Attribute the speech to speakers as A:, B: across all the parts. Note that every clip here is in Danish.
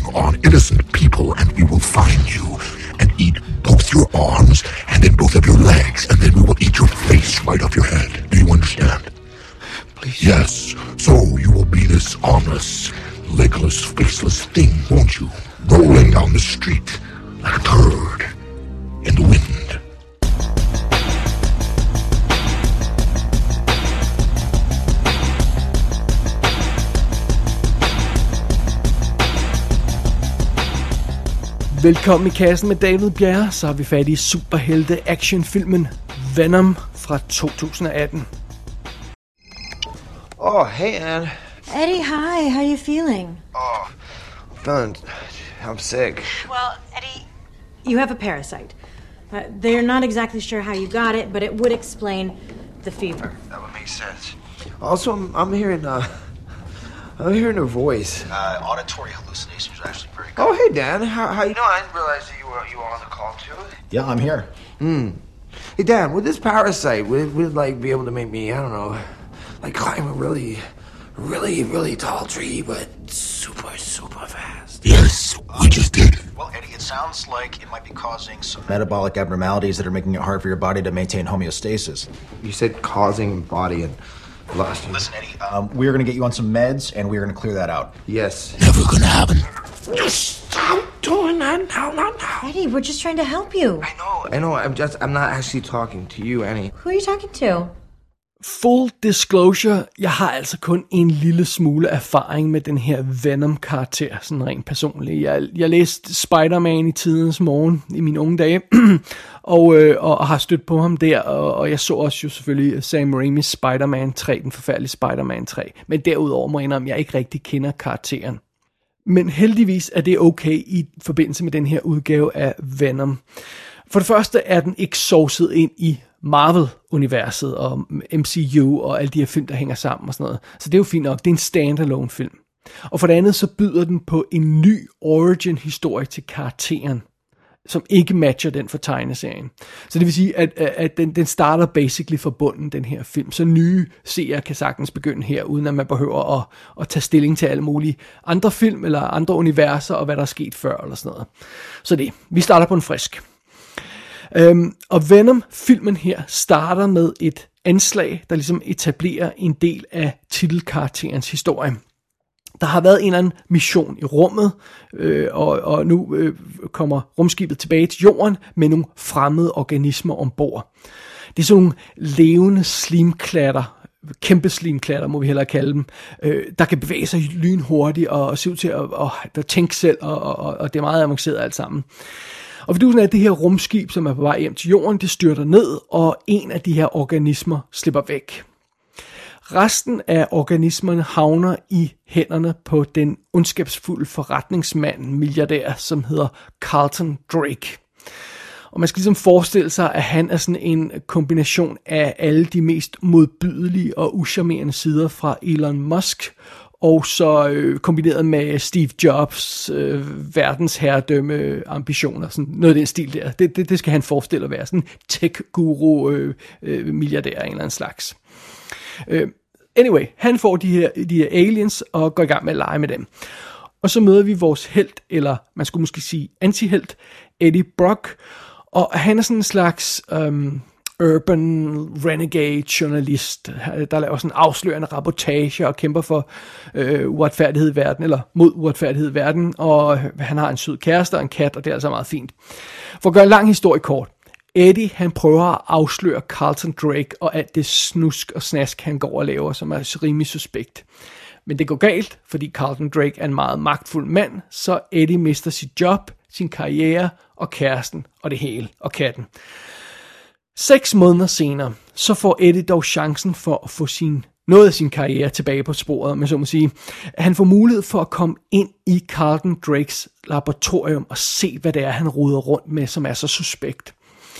A: on innocent people, and we will find you and eat both your arms and then both of your legs, and then we will eat your face right off your head. Do you understand?
B: Please.
A: Yes. So you will be this armless, legless, faceless thing, won't you? Rolling down the street like a turd in the wind.
C: Velkommen i kassen med David Bjerre, så har vi fat i superhelte-actionfilmen Venom fra 2018.
B: Oh, hey, Anne.
D: Eddie, hi. How are you feeling?
B: I'm sick.
D: Well, Eddie, you have a parasite. They're not exactly sure how you got it, but it would explain the fever.
B: That would make sense. Also, I'm hearing her voice.
E: Auditory hallucinations are actually pretty common.
B: Oh, hey, Dan. How you?
E: No, I didn't realize that you were on the call too.
F: Yeah, I'm here.
B: Hey, Dan, with this parasite, would it like be able to make me, I don't know, like climb a really, really, really tall tree, but super, super fast?
A: Yes, we just did.
E: Well, Eddie, it sounds like it might be causing some
F: Metabolic abnormalities that are making it hard for your body to maintain homeostasis.
B: You said causing body and lost you.
E: Listen, Eddie.
F: We're going to get you on some meds, and we're going to clear that out.
B: Yes.
A: Never gonna happen.
B: Stop doing that now, not now.
D: Eddie, we're just trying to help you.
B: I know. I'm not actually talking to you, Annie.
D: Who are you talking to?
C: Full disclosure, jeg har altså kun en lille smule erfaring med den her Venom-karakter, sådan rent personligt. Jeg læste Spider-Man i tidens morgen i mine unge dage, og har stødt på ham der, og jeg så også jo selvfølgelig Sam Raimis Spider-Man 3, den forfærdelige Spider-Man 3. Men derudover må jeg indrømme, at jeg ikke rigtig kender karakteren. Men heldigvis er det okay i forbindelse med den her udgave af Venom. For det første er den ikke sovset ind i Marvel-universet og MCU og alle de her film, der hænger sammen og sådan noget. Så det er jo fint nok. Det er en standalone film. Og for det andet, så byder den på en ny origin-historie til karakteren, som ikke matcher den for tegneserien. Så det vil sige, at den starter basically fra bunden, den her film. Så nye seere kan sagtens begynde her, uden at man behøver at tage stilling til alle mulige andre film eller andre universer og hvad der er sket før eller sådan noget. Så vi starter på en frisk. Og Venom-filmen her starter med et anslag, der ligesom etablerer en del af titelkarakterens historie. Der har været en eller anden mission i rummet, og nu kommer rumskibet tilbage til jorden med nogle fremmede organismer ombord. Det er sådan nogle levende slimklatter, kæmpe slimklatter må vi hellere kalde dem, der kan bevæge sig lynhurtigt og se ud til at tænke selv, og det er meget avanceret alt sammen. Og fidusen er, at det her rumskib, som er på vej hjem til jorden, det styrter ned, og en af de her organismer slipper væk. Resten af organismerne havner i hænderne på den ondskabsfulde forretningsmand, milliardær, som hedder Carlton Drake. Og man skal ligesom forestille sig, at han er sådan en kombination af alle de mest modbydelige og uschammerende sider fra Elon Musk, og så kombineret med Steve Jobs verdensherredømme ambitioner, sådan noget af den stil der. Det skal han forestille at være, sådan en tech-guru milliardær af en eller anden slags. Anyway, han får de her aliens og går i gang med at lege med dem. Og så møder vi vores helt, eller man skulle måske sige antihelt, Eddie Brock, og han er sådan en slags urban renegade journalist, der laver sådan afslørende rapportage og kæmper for uretfærdighed i verden, eller mod uretfærdighed i verden, og han har en sød kæreste og en kat, og det er altså meget fint. For at gøre en lang historie kort, Eddie, han prøver at afsløre Carlton Drake og alt det snusk og snask, han går og laver, som er rimelig suspekt. Men det går galt, fordi Carlton Drake er en meget magtfuld mand, så Eddie mister sit job, sin karriere og kæresten og det hele, og katten. 6 måneder senere, så får Eddie dog chancen for at få noget af sin karriere tilbage på sporet, men så må sige. Han får mulighed for at komme ind i Carlton Drakes laboratorium og se, hvad det er, han roder rundt med, som er så suspekt.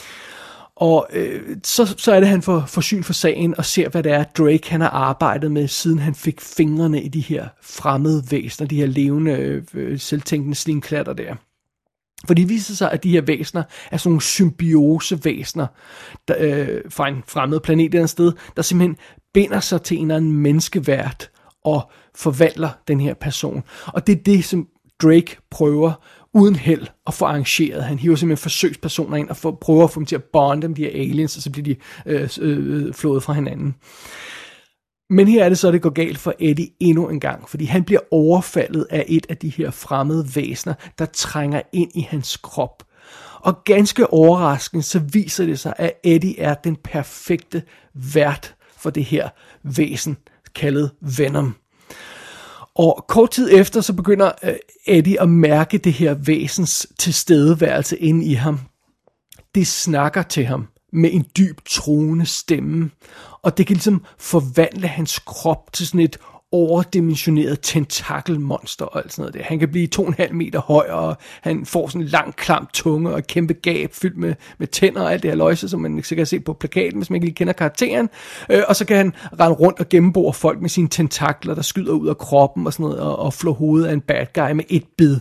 C: Og så er det, han får syn for sagen og ser, hvad det er, Drake han har arbejdet med, siden han fik fingrene i de her fremmede væsener, de her levende, selvtænkende slimklatter der. For det viser sig, at de her væsener er sådan nogle symbiosevæsener fra en fremmed planet et eller andet sted, der simpelthen binder sig til en eller anden menneskevært og forvandler den her person. Og det er det, som Drake prøver uden held at få arrangeret. Han hiver simpelthen forsøgspersoner ind og prøver at få dem til at bonde dem, de her aliens, og så bliver de flået fra hinanden. Men her er det så, det går galt for Eddie endnu en gang, fordi han bliver overfaldet af et af de her fremmede væsener, der trænger ind i hans krop. Og ganske overraskende, så viser det sig, at Eddie er den perfekte vært for det her væsen, kaldet Venom. Og kort tid efter, så begynder Eddie at mærke det her væsens tilstedeværelse inde i ham. Det snakker til ham med en dyb truende stemme, og det kan ligesom forvandle hans krop til sådan et overdimensioneret tentakelmonster og alt sådan noget der. Han kan blive 2,5 meter høj, og han får sådan en lang, klam tunge og et kæmpe gab fyldt med tænder og alt det her løjse, som man sikkert kan se på plakaten, hvis man ikke lige kender karakteren. Og så kan han rende rundt og gennembore folk med sine tentakler, der skyder ud af kroppen og sådan noget, og flå hovedet af en bad guy med et bid.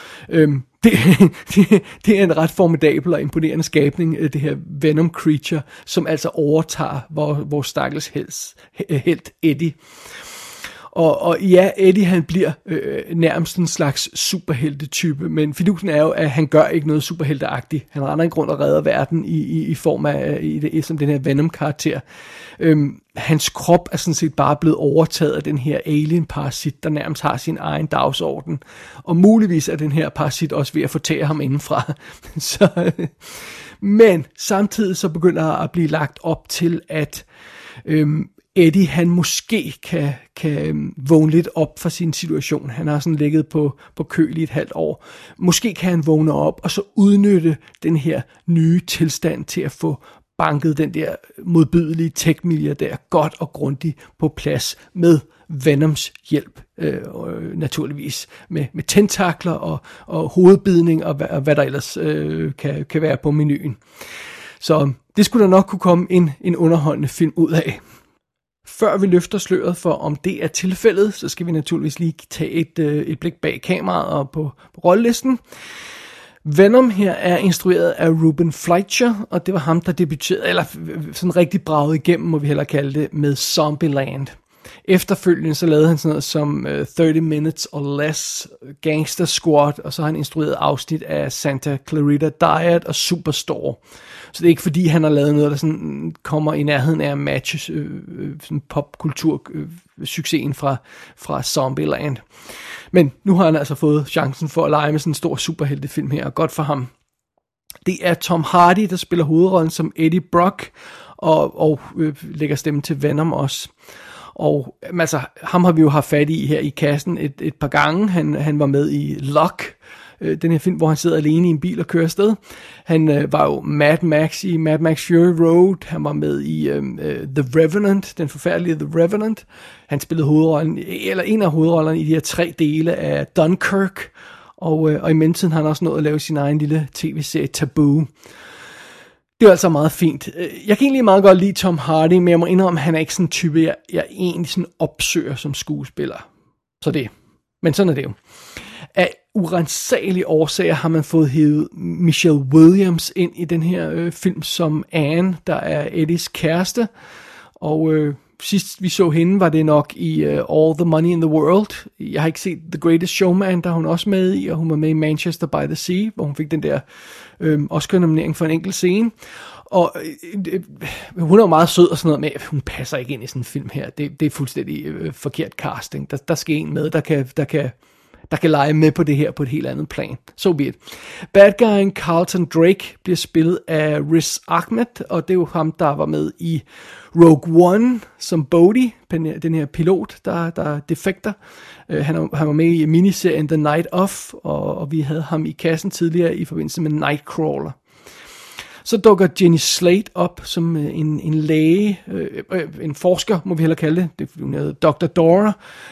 C: Det er en ret formidabel og imponerende skabning, det her Venom Creature, som altså overtager vores stakkels helt Eddie. Og ja, Eddie han bliver nærmest en slags superheltetype, men fidusen er jo, at han gør ikke noget superhelteagtigt. Han render ikke rundt og redder verden i form af som den her Venom-karakter. Hans krop er sådan set bare blevet overtaget af den her alien-parasit, der nærmest har sin egen dagsorden. Og muligvis er den her parasit også ved at fortære ham indenfra. Men samtidig så begynder der at blive lagt op til, at Eddie, han måske kan vågne lidt op fra sin situation. Han har sådan ligget på køl i et halvt år. Måske kan han vågne op og så udnytte den her nye tilstand til at få banket den der modbydelige tech-milliardær godt og grundigt på plads med Venoms hjælp, naturligvis. Med tentakler og hovedbidning og hvad der ellers kan være på menuen. Så det skulle der nok kunne komme en underholdende film ud af. Før vi løfter sløret for, om det er tilfældet, så skal vi naturligvis lige tage et blik bag kameraet og på rollelisten. Venom her er instrueret af Ruben Fleischer, og det var ham, der debuterede, eller sådan rigtig braget igennem, må vi hellere kalde det, med Zombieland. Efterfølgende så lavede han sådan noget som 30 Minutes or Less, Gangster Squad, og så har han instrueret afsnit af Santa Clarita Diet og Superstore. Så det er ikke fordi, han har lavet noget, der sådan kommer i nærheden af at matche sådan popkultur-succesen fra Zombieland. Men nu har han altså fået chancen for at lege med sådan en stor superheltefilm her, og godt for ham. Det er Tom Hardy, der spiller hovedrollen som Eddie Brock, og lægger stemme til Venom også. Og altså, ham har vi jo haft fat i her i kassen et par gange. Han var med i Lock, den her film, hvor han sidder alene i en bil og kører afsted. Han var jo Mad Max i Mad Max Fury Road. Han var med i The Revenant, den forfærdelige The Revenant. Han spillede hovedrollen, eller en af hovedrollerne i de her 3 dele af Dunkirk. Og i mellemtiden har han også nået at lave sin egen lille tv-serie Taboo. Det er altså meget fint. Jeg kan egentlig meget godt lide Tom Hardy, men jeg må indrømme, at han er ikke sådan en type, jeg egentlig sådan opsøger som skuespiller. Men sådan er det jo. Af urensagelige årsager har man fået hævet Michelle Williams ind i den her film som Anne, der er Eddies kæreste. Og sidst vi så hende, var det nok i All the Money in the World. Jeg har ikke set The Greatest Showman, der hun også med i, og hun var med i Manchester by the Sea, hvor hun fik den der Oscar-nominering for en enkelt scene. Og hun er jo meget sød og sådan noget, men hun passer ikke ind i sådan en film her. Det er fuldstændig forkert casting. Der skal en med, der kan lege med på det her på et helt andet plan. So be it. Bad guyen Carlton Drake bliver spillet af Riz Ahmed, og det er jo ham, der var med i Rogue One som Bodhi, den her pilot, der defekter. Han var med i miniserien The Night Of, og vi havde ham i kassen tidligere i forbindelse med Nightcrawler. Så dukker Jenny Slate op som en læge, en forsker, må vi hellere kalde det. Det er Dr. Dora.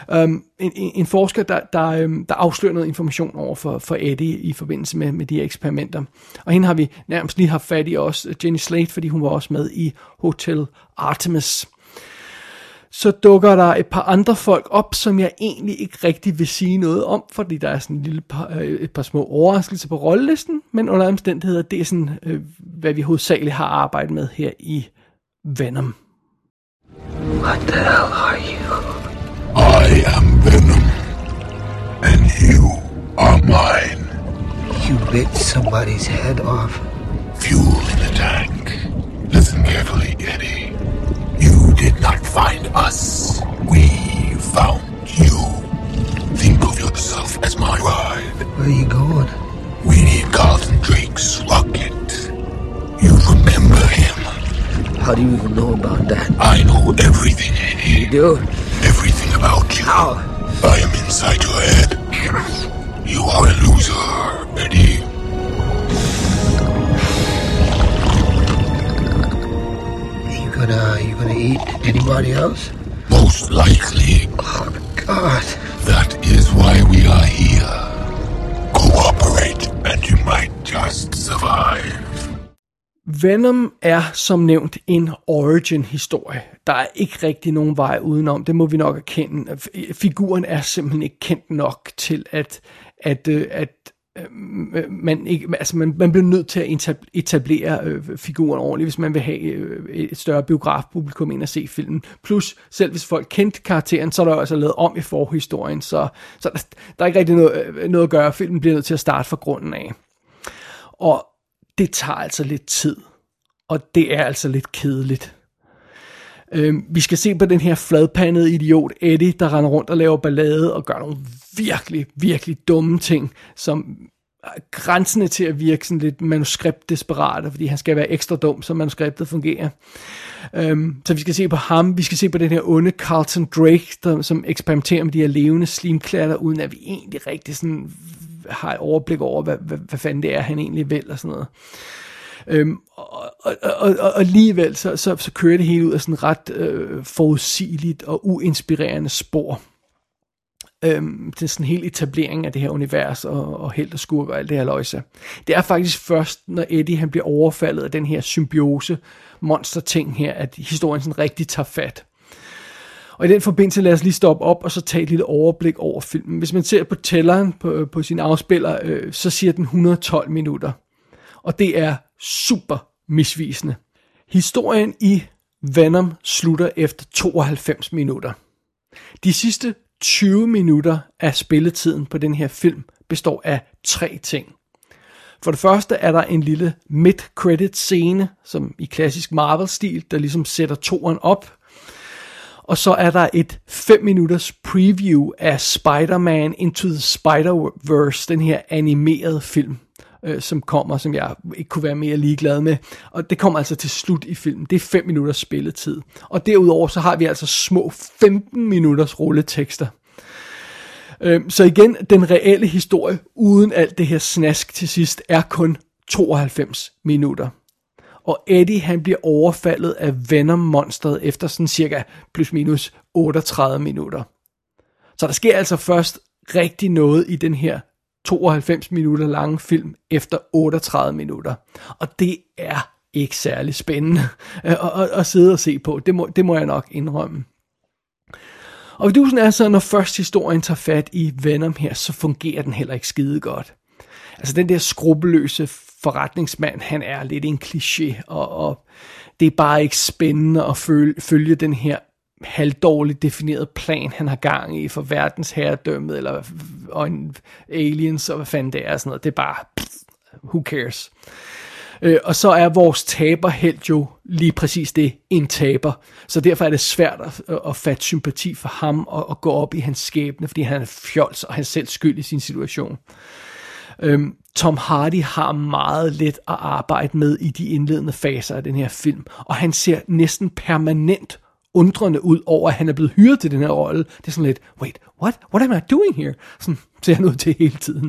C: En forsker, der afslører noget information over for Eddie i forbindelse med de her eksperimenter. Og hende har vi nærmest lige haft fat i også, Jenny Slate, fordi hun var også med i Hotel Artemis. Så dukker der et par andre folk op, som jeg egentlig ikke rigtig vil sige noget om, fordi der er sådan et par små overraskelser på rollelisten, men under omstændigheder, det er sådan, hvad vi hovedsageligt har arbejdet med her i Venom.
A: What the hell are you? I am Venom, and you are
B: bit somebody's head off.
A: Fuel in the tank. Listen carefully, Eddie. You did not find us. We found you. Think of yourself as my ride.
B: Where are you going?
A: We need Carlton Drake's rocket. You remember him?
B: How do you even know about that?
A: I know everything, Eddie.
B: You do?
A: Everything about you.
B: How?
A: I am inside your head. You are a loser, Eddie.
B: You gonna eat anybody else?
A: Most likely.
B: Oh, God.
A: That is why we are here. Cooperate, and you might just survive.
C: Venom er som nævnt en origin-historie. Der er ikke rigtig nogen vej udenom. Det må vi nok erkende. Figuren er simpelthen ikke kendt nok til, at man ikke, altså man bliver nødt til at etablere figuren ordentligt, hvis man vil have et større biografpublikum ind at se filmen. Plus, selv hvis folk kendte karakteren, så er der jo altså lavet om i forhistorien, så der er ikke rigtig noget at gøre. Filmen bliver nødt til at starte fra grunden af. Og det tager altså lidt tid, og det er altså lidt kedeligt. Vi skal se på den her fladpandede idiot Eddie, der render rundt og laver ballade og gør nogle virkelig, virkelig dumme ting, som er grænsende til at virke sådan lidt manuskriptdesperate, fordi han skal være ekstra dum, så manuskriptet fungerer. Så vi skal se på ham, vi skal se på den her onde Carlton Drake, som eksperimenterer med de her levende slimklatter, uden at vi egentlig rigtig sådan har et overblik over, hvad fanden det er, han egentlig vil og sådan noget. Og alligevel så kører det hele ud af sådan ret forudsigeligt og uinspirerende spor. Det er sådan en hel etablering af det her univers og helt og skurk og alt det her løjse. Det er faktisk først, når Eddie han bliver overfaldet af den her symbiose monster ting her, at historien sådan rigtig tager fat. Og i den forbindelse lad os lige stoppe op og så tage et lille overblik over filmen. Hvis man ser på tælleren på sin afspiller, så siger den 112 minutter. Og det er super misvisende. Historien i Venom slutter efter 92 minutter. De sidste 20 minutter af spilletiden på den her film består af 3 ting. For det første er der en lille mid-credit scene, som i klassisk Marvel-stil, der ligesom sætter toeren op. Og så er der et 5 minutters preview af Spider-Man Into the Spider-Verse, den her animerede film, som kommer, som jeg ikke kunne være mere ligeglad med. Og det kommer altså til slut i filmen. Det er 5 minutters spilletid. Og derudover så har vi altså små 15 minutters rulletekster. Så igen, den reelle historie, uden alt det her snask til sidst, er kun 92 minutter. Og Eddie han bliver overfaldet af Venom-monstret efter sådan cirka plus minus 38 minutter. Så der sker altså først rigtig noget i den her 92 minutter lange film efter 38 minutter. Og det er ikke særlig spændende at sidde og se på. Det må jeg nok indrømme. Og vidusen er så, når først historien tager fat i Venom her, så fungerer den heller ikke skide godt. Altså den der skrupelløse forretningsmand, han er lidt en kliché, og det er bare ikke spændende at følge den her halvdårligt defineret plan, han har gang i for verdens herredømme, eller og aliens, og hvad fanden det er, sådan noget. Det er bare, who cares? Og så er vores taberhelt jo lige præcis det, en taber. Så derfor er det svært at fatte sympati for ham og gå op i hans skæbne, fordi han er fjols, og han er selv skyld i sin situation. Tom Hardy har meget let at arbejde med i de indledende faser af den her film, og han ser næsten permanent undrende ud over, at han er blevet hyret til den her rolle. Det er sådan lidt, wait, what am I doing here? Sådan ser han ud til hele tiden.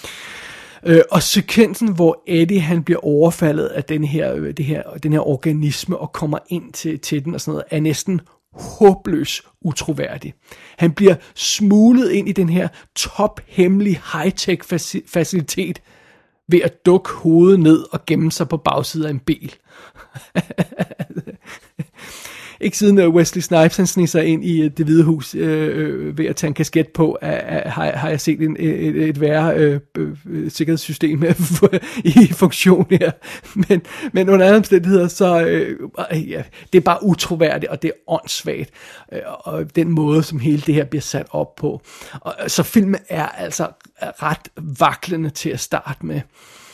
C: Og sekvensen, hvor Eddie han bliver overfaldet af den her organisme og kommer ind til den og sådan noget, er næsten håbløs utroværdig. Han bliver smuglet ind i den her tophemmelige high-tech facilitet ved at dukke hovedet ned og gemme sig på bagsiden af en bil. ikke siden Wesley Snipes han sneg sig ind i Det Hvide Hus ved at tage en kasket på, har jeg set et værre sikkerhedssystem i funktion her. Men under andre omstændigheder, så det er bare utroværdigt, og det er åndssvagt, og den måde, som hele det her bliver sat op på. Og, så filmen er altså ret vaklende til at starte med.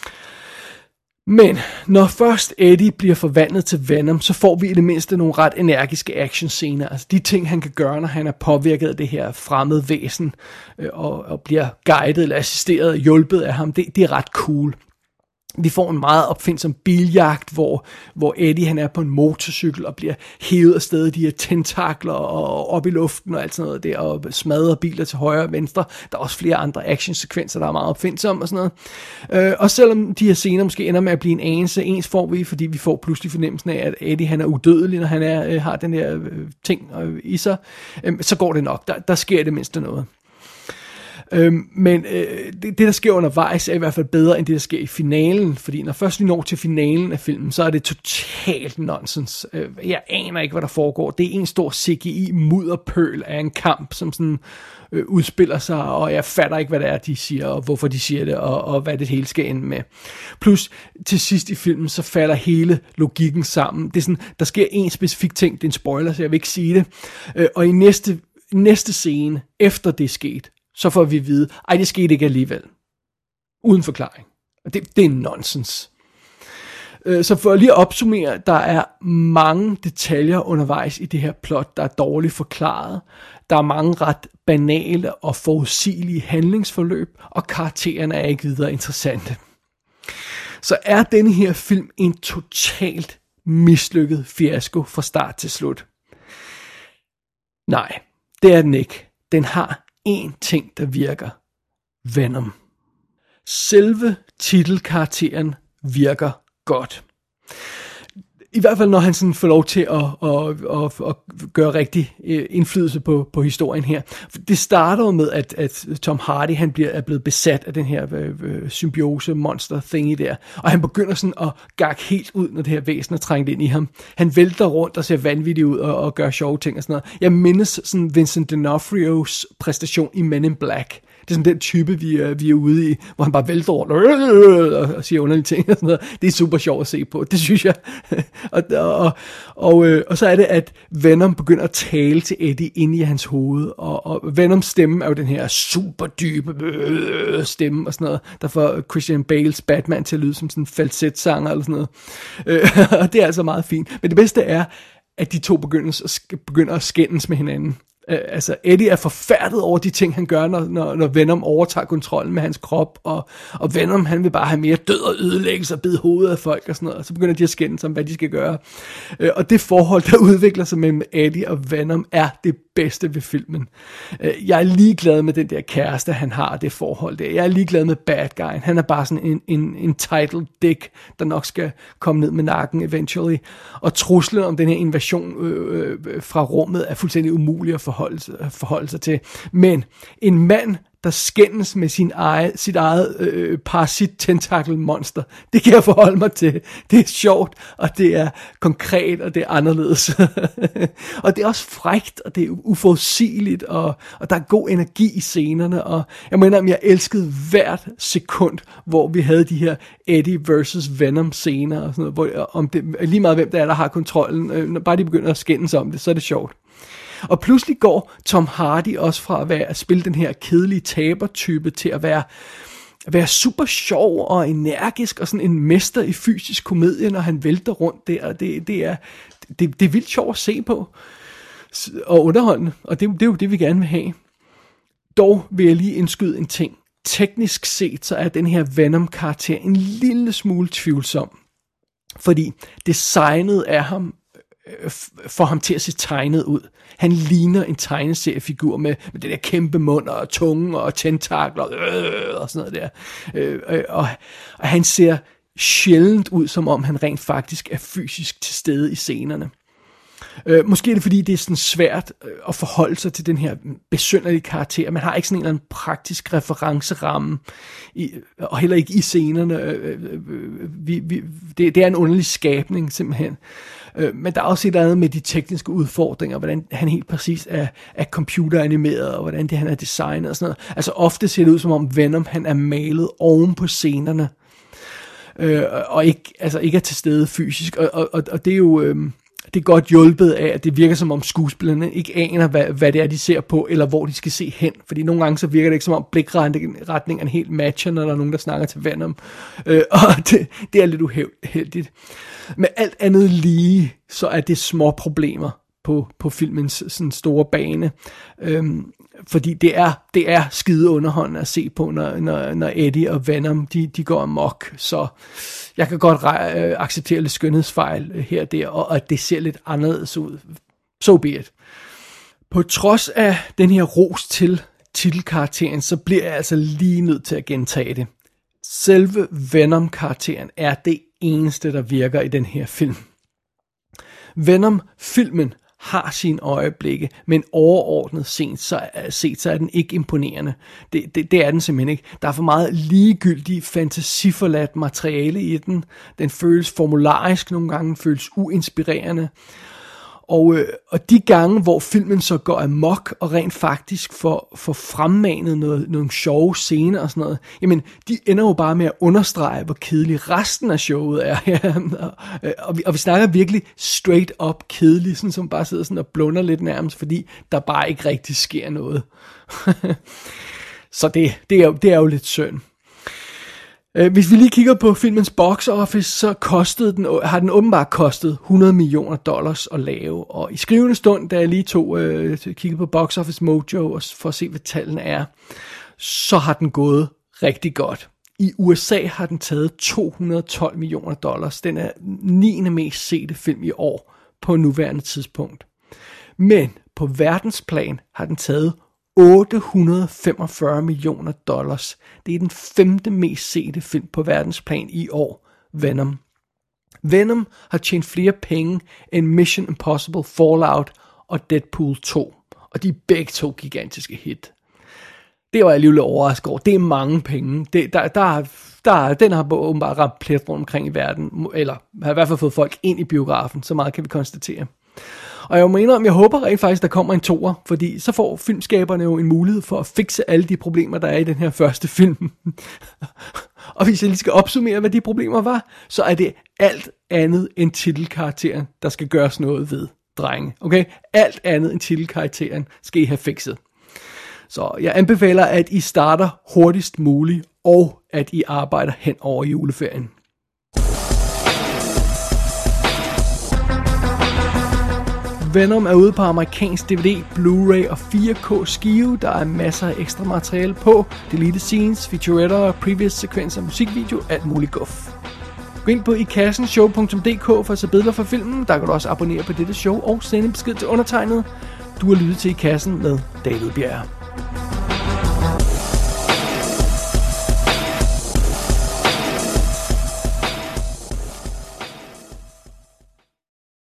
C: Men når først Eddie bliver forvandlet til Venom, så får vi i det mindste nogle ret energiske actionscener. Altså de ting, han kan gøre, når han er påvirket af det her fremmede væsen, og bliver guidet eller assisteret og hjulpet af ham, det er ret cool. Vi får en meget opfindsom biljagt, hvor Eddie han er på en motorcykel og bliver hævet afsted af de her tentakler og op i luften og alt sådan noget der, og smadrer biler til højre og venstre. Der er også flere andre actionsekvenser, der er meget opfindsomme og sådan noget. Og selvom de her scener måske ender med at blive en anelse, ens får vi, fordi vi får pludselig fornemmelsen af, at Eddie han er udødelig, når han har den her ting i sig, så går det nok. Der sker det mindste noget. Men det der sker undervejs er i hvert fald bedre end det der sker i finalen, fordi når først vi når til finalen af filmen, så er det totalt nonsens. Jeg aner ikke hvad der foregår. Det er en stor CGI mudderpøl af en kamp som sådan udspiller sig, og jeg fatter ikke hvad det er de siger, og hvorfor de siger det, og hvad det hele skal ende med. Plus til sidst i filmen så falder hele logikken sammen. Det er sådan, der sker en specifik ting, det er en spoiler, så jeg vil ikke sige det. Og i næste scene efter det er sket, så får vi at vide, det skete ikke alligevel. Uden forklaring. Det er nonsens. Så for lige at opsummere, der er mange detaljer undervejs i det her plot, der er dårligt forklaret. Der er mange ret banale og forudsigelige handlingsforløb, og karaktererne er ikke videre interessante. Så er denne her film en totalt mislykket fiasko fra start til slut? Nej, det er den ikke. Den har en ting, der virker. Venom. Selve titelkarakteren virker godt. I hvert fald når han sådan får lov til at gøre rigtig indflydelse på historien her. Det starter jo med, at Tom Hardy han er blevet besat af den her symbiose monster thingy der. Og han begynder sådan at gakke helt ud, når det her væsen er trængt ind i ham. Han vælter rundt og ser vanvittig ud og gør sjove ting og sådan noget. Jeg mindes sådan Vincent D'Onofrios præstation i Men in Black. Det er sådan den type, vi er ude i, hvor han bare vælter rundt og siger underlige ting og sådan noget. Det er super sjovt at se på, det synes jeg. og så er det, at Venom begynder at tale til Eddie inde i hans hoved, og Venoms stemme er jo den her super dybe stemme og sådan noget, der får Christian Bales Batman til at lyde som sådan en falsetsanger eller sådan noget. Og det er altså meget fint. Men det bedste er, at de to begynder at skændes med hinanden. Altså Eddie er forfærdet over de ting han gør, når Venom overtager kontrollen med hans krop, og Venom han vil bare have mere død og ødelæggelse og bide hovedet af folk og sådan noget, og så begynder de at skændes om hvad de skal gøre, og det forhold der udvikler sig mellem Eddie og Venom er det bedste ved filmen. Jeg er ligeglad med den der kæreste han har, det forhold der. Jeg er ligeglad med bad guyen. Han er bare sådan en entitled dick, der nok skal komme ned med nakken eventually, og truslen om den her invasion fra rummet er fuldstændig umulig at forholde sig til. Men en mand, der skændes med sit eget parasit-tentakel-monster, det kan jeg forholde mig til. Det er sjovt, og det er konkret, og det er anderledes. Og det er også frækt, og det er uforudsigeligt, og der er god energi i scenerne, og jeg mener, jeg elskede hvert sekund, hvor vi havde de her Eddie versus Venom scener, og sådan noget, hvor om det, lige meget hvem der har kontrollen, når bare de begynder at skændes om det, så er det sjovt. Og pludselig går Tom Hardy også fra at spille den her kedelige tabertype til at være super sjov og energisk og sådan en mester i fysisk komedie, når han vælter rundt der. Det er vildt sjovt at se på og underholdende, og det er jo det, vi gerne vil have. Dog vil jeg lige indskyde en ting. Teknisk set, så er den her Venom-karakter en lille smule tvivlsom, fordi designet af ham får ham til at se tegnet ud. Han ligner en tegneseriefigur med det der kæmpe mund og tunge og tentakler og sådan noget der. Og han ser sjældent ud, som om han rent faktisk er fysisk til stede i scenerne. Måske er det fordi det er sådan svært at forholde sig til den her besynderlige karakter. Man har ikke sådan en eller anden praktisk referenceramme og heller ikke i scenerne. Det er en underlig skabning simpelthen. Men der er også et eller andet med de tekniske udfordringer, hvordan han helt præcis er computeranimeret, og hvordan han er designet og sådan noget. Altså ofte ser det ud som om Venom han er malet oven på scenerne, og ikke er til stede fysisk, og det er jo... Det er godt hjulpet af, at det virker som om skuespillerne ikke aner, hvad det er, de ser på, eller hvor de skal se hen. Fordi nogle gange så virker det ikke som om blikretningerne helt matcher, når der er nogen, der snakker til Venom. Og det er lidt uheldigt. Med alt andet lige, så er det små problemer på filmens sådan store bane. Fordi det er skide underholdende at se på, når Eddie og Venom, de går amok. Så jeg kan godt acceptere lidt skønhedsfejl her og der, og at det ser lidt anderledes ud. So be it. På trods af den her ros til titelkarakteren, så bliver jeg altså lige nødt til at gentage det. Selve Venom-karakteren er det eneste, der virker i den her film. Venom-filmen har sine øjeblikke, men overordnet set, så er den ikke imponerende. Det er den simpelthen ikke. Der er for meget ligegyldigt, fantasiforladt materiale i den. Den føles formularisk, nogle gange føles uinspirerende. Og de gange, hvor filmen så går amok og rent faktisk får fremmanet nogle sjove scener og sådan noget, jamen, de ender jo bare med at understrege, hvor kedelig resten af showet er. og vi snakker virkelig straight up kedelig, sådan som bare sidder sådan og blunder lidt nærmest, fordi der bare ikke rigtig sker noget. Så det er jo lidt synd. Hvis vi lige kigger på filmens box office, så har den åbenbart kostet $100 million at lave. Og i skrivende stund, da jeg lige kiggede på Box Office Mojo for at se, hvad tallene er, så har den gået rigtig godt. I USA har den taget $212 million. Den er 9. mest sete film i år på nuværende tidspunkt. Men på verdensplan har den taget $845 million. Det er den 5. mest sete film på verdensplan i år, Venom. Venom har tjent flere penge end Mission Impossible Fallout og Deadpool 2, og de er begge to gigantiske hit. Det var jeg alligevel overrasket over. Det er mange penge. Den har åbenbart ramt plet rundt omkring i verden, eller har i hvert fald fået folk ind i biografen, så meget kan vi konstatere. Og jeg må indrømme, jeg håber rent faktisk, der kommer en toer, fordi så får filmskaberne jo en mulighed for at fikse alle de problemer, der er i den her første film. Og hvis jeg lige skal opsummere, hvad de problemer var, så er det alt andet end titelkarakteren, der skal gøres noget ved, drenge. Okay? Alt andet end titelkarakteren skal I have fikset. Så jeg anbefaler, at I starter hurtigst muligt, og at I arbejder hen over juleferien. Venom er ude på amerikansk DVD, Blu-ray og 4K skive. Der er masser af ekstra materiale på. Deleted scenes, featuretter, previous sekvenser, musikvideo, alt muligt guf. Gå ind på ikassenshow.dk for at se billeder fra filmen. Der kan du også abonnere på dette show og sende en besked til undertegnet. Du har lyttet til I Kassen med David Bjerre.